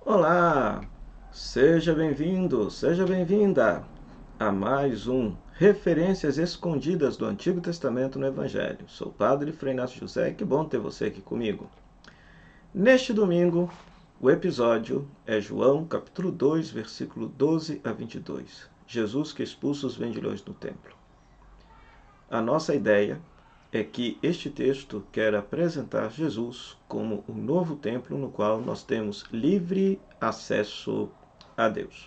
Olá, seja bem-vindo, seja bem-vinda a mais um Referências Escondidas do Antigo Testamento no Evangelho. Sou o Padre Frei Inácio José e que bom ter você aqui comigo. Neste domingo, o episódio é João, capítulo 2, versículo 12 a 22. Jesus que expulsa os vendilhões do templo. A nossa ideia é que este texto quer apresentar Jesus como o novo templo no qual nós temos livre acesso a Deus.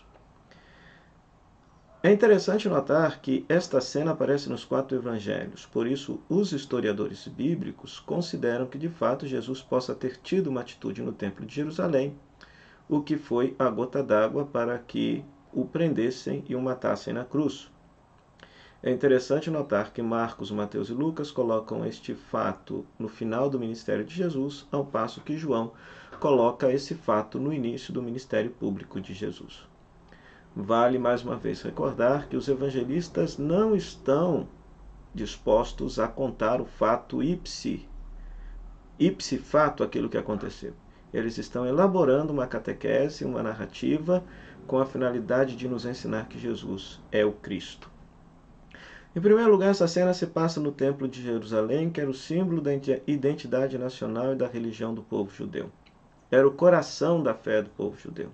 É interessante notar que esta cena aparece nos 4 evangelhos, por isso os historiadores bíblicos consideram que de fato Jesus possa ter tido uma atitude no templo de Jerusalém, o que foi a gota d'água para que o prendessem e o matassem na cruz. É interessante notar que Marcos, Mateus e Lucas colocam este fato no final do ministério de Jesus, ao passo que João coloca esse fato no início do ministério público de Jesus. Vale mais uma vez recordar que os evangelistas não estão dispostos a contar o fato ipsi fato, aquilo que aconteceu. Eles estão elaborando uma catequese, uma narrativa, com a finalidade de nos ensinar que Jesus é o Cristo. Em primeiro lugar, essa cena se passa no Templo de Jerusalém, que era o símbolo da identidade nacional e da religião do povo judeu. Era o coração da fé do povo judeu.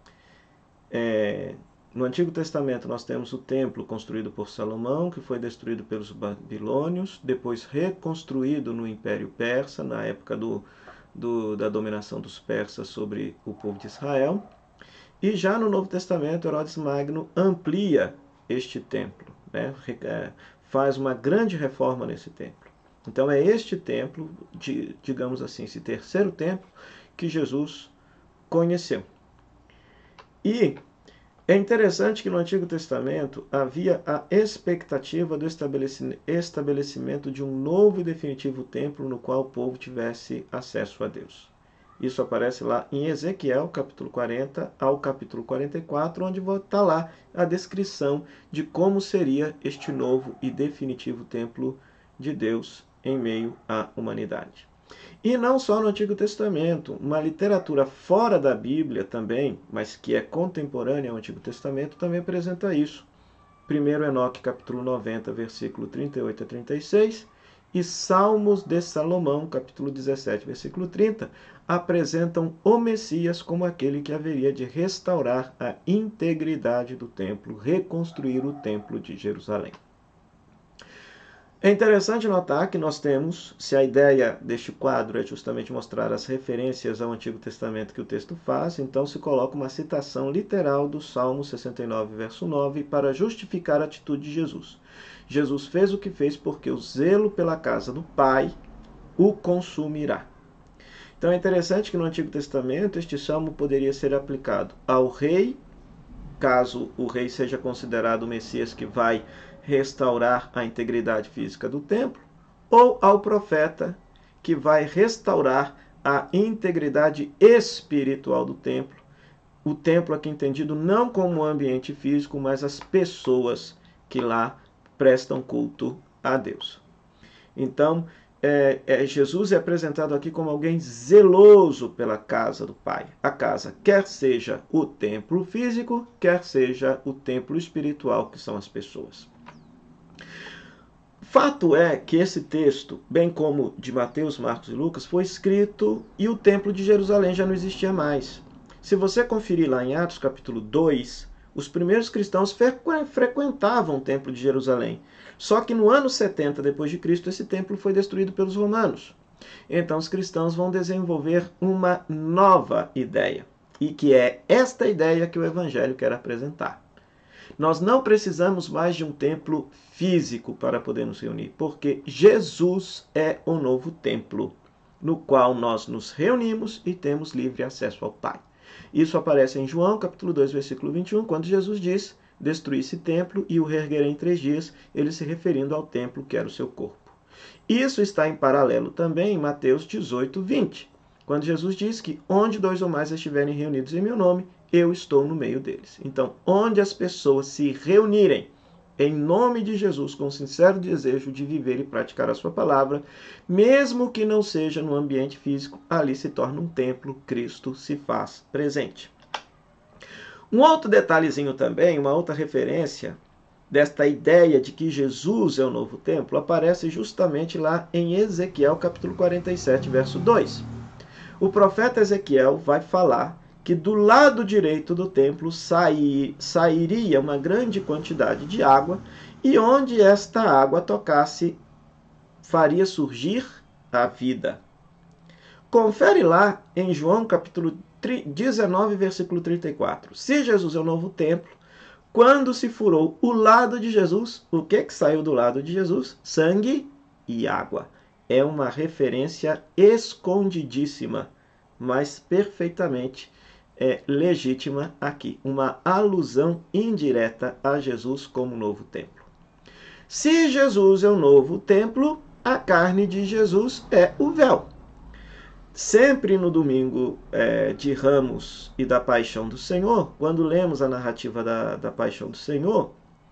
No Antigo Testamento nós temos o templo construído por Salomão, que foi destruído pelos babilônios, depois reconstruído no Império Persa, na época da dominação dos persas sobre o povo de Israel. E já no Novo Testamento, Herodes Magno amplia este templo, né? Faz uma grande reforma nesse templo. Então é este templo, digamos assim, esse terceiro templo que Jesus conheceu. E é interessante que no Antigo Testamento havia a expectativa do estabelecimento de um novo e definitivo templo no qual o povo tivesse acesso a Deus. Isso aparece lá em Ezequiel, capítulo 40 ao capítulo 44, onde está lá a descrição de como seria este novo e definitivo templo de Deus em meio à humanidade. E não só no Antigo Testamento, uma literatura fora da Bíblia também, mas que é contemporânea ao Antigo Testamento, também apresenta isso. 1 Enoque, capítulo 90, versículo 38 a 36, e Salmos de Salomão, capítulo 17, versículo 30, apresentam o Messias como aquele que haveria de restaurar a integridade do templo, reconstruir o templo de Jerusalém. É interessante notar que nós temos, se a ideia deste quadro é justamente mostrar as referências ao Antigo Testamento que o texto faz, então se coloca uma citação literal do Salmo 69, verso 9, para justificar a atitude de Jesus. Jesus fez o que fez porque o zelo pela casa do Pai o consumirá. Então é interessante que no Antigo Testamento este salmo poderia ser aplicado ao rei, caso o rei seja considerado o Messias que vai restaurar a integridade física do templo, ou ao profeta que vai restaurar a integridade espiritual do templo. O templo aqui entendido não como um ambiente físico, mas as pessoas que lá prestam culto a Deus. Então, Jesus é apresentado aqui como alguém zeloso pela casa do Pai. A casa, quer seja o templo físico, quer seja o templo espiritual, que são as pessoas. Fato é que esse texto, bem como de Mateus, Marcos e Lucas, foi escrito e o templo de Jerusalém já não existia mais. Se você conferir lá em Atos capítulo 2, os primeiros cristãos frequentavam o templo de Jerusalém. Só que no ano 70 depois de Cristo, esse templo foi destruído pelos romanos. Então os cristãos vão desenvolver uma nova ideia, e que é esta ideia que o evangelho quer apresentar. Nós não precisamos mais de um templo físico para poder nos reunir, porque Jesus é o novo templo, no qual nós nos reunimos e temos livre acesso ao Pai. Isso aparece em João, capítulo 2, versículo 21, quando Jesus diz: destruí esse templo e o reerguerei em 3 dias, ele se referindo ao templo que era o seu corpo. Isso está em paralelo também em Mateus 18, 20, quando Jesus diz que onde 2 ou mais estiverem reunidos em meu nome, eu estou no meio deles. Então, onde as pessoas se reunirem em nome de Jesus, com sincero desejo de viver e praticar a sua palavra, mesmo que não seja no ambiente físico, ali se torna um templo, Cristo se faz presente. Um outro detalhezinho também, uma outra referência desta ideia de que Jesus é o novo templo, aparece justamente lá em Ezequiel capítulo 47, verso 2. O profeta Ezequiel vai falar que do lado direito do templo sairia uma grande quantidade de água, e onde esta água tocasse, faria surgir a vida. Confere lá em João capítulo 19, versículo 34. Se Jesus é o novo templo, quando se furou o lado de Jesus, o que saiu do lado de Jesus? Sangue e água. É uma referência escondidíssima, mas perfeitamente legítima aqui. Uma alusão indireta a Jesus como novo templo. Se Jesus é o novo templo, a carne de Jesus é o véu. Sempre no domingo de Ramos e da Paixão do Senhor, quando lemos a narrativa da Paixão do Senhor,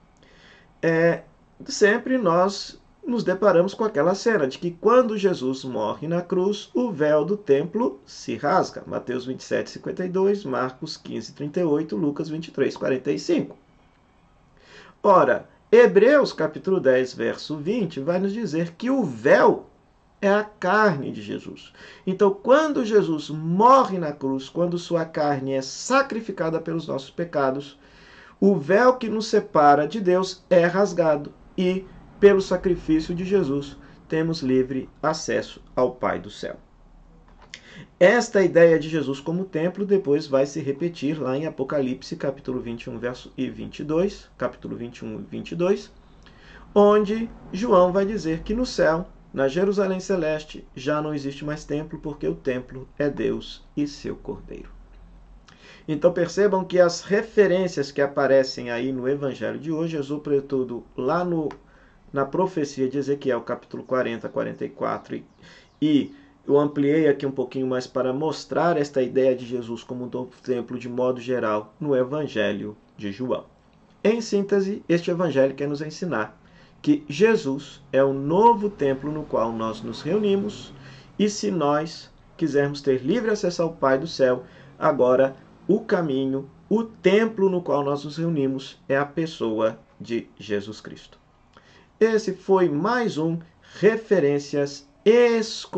sempre nós nos deparamos com aquela cena de que quando Jesus morre na cruz, o véu do templo se rasga. Mateus 27, 52, Marcos 15, 38, Lucas 23, 45. Ora, Hebreus capítulo 10, verso 20, vai nos dizer que o véu é a carne de Jesus. Então, quando Jesus morre na cruz, quando sua carne é sacrificada pelos nossos pecados, o véu que nos separa de Deus é rasgado e, pelo sacrifício de Jesus, temos livre acesso ao Pai do céu. Esta ideia de Jesus como templo depois vai se repetir lá em Apocalipse, capítulo 21, verso 22, capítulo 21 e 22, onde João vai dizer que no céu, na Jerusalém Celeste, já não existe mais templo, porque o templo é Deus e seu Cordeiro. Então percebam que as referências que aparecem aí no Evangelho de hoje, sobretudo lá na profecia de Ezequiel, capítulo 40, 44, e eu ampliei aqui um pouquinho mais para mostrar esta ideia de Jesus como um novo templo de modo geral no Evangelho de João. Em síntese, este Evangelho quer nos ensinar que Jesus é o novo templo no qual nós nos reunimos, e se nós quisermos ter livre acesso ao Pai do céu, agora o caminho, o templo no qual nós nos reunimos é a pessoa de Jesus Cristo. Esse foi mais um Referências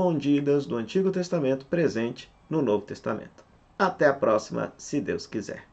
Escondidas do Antigo Testamento presente no Novo Testamento. Até a próxima, se Deus quiser.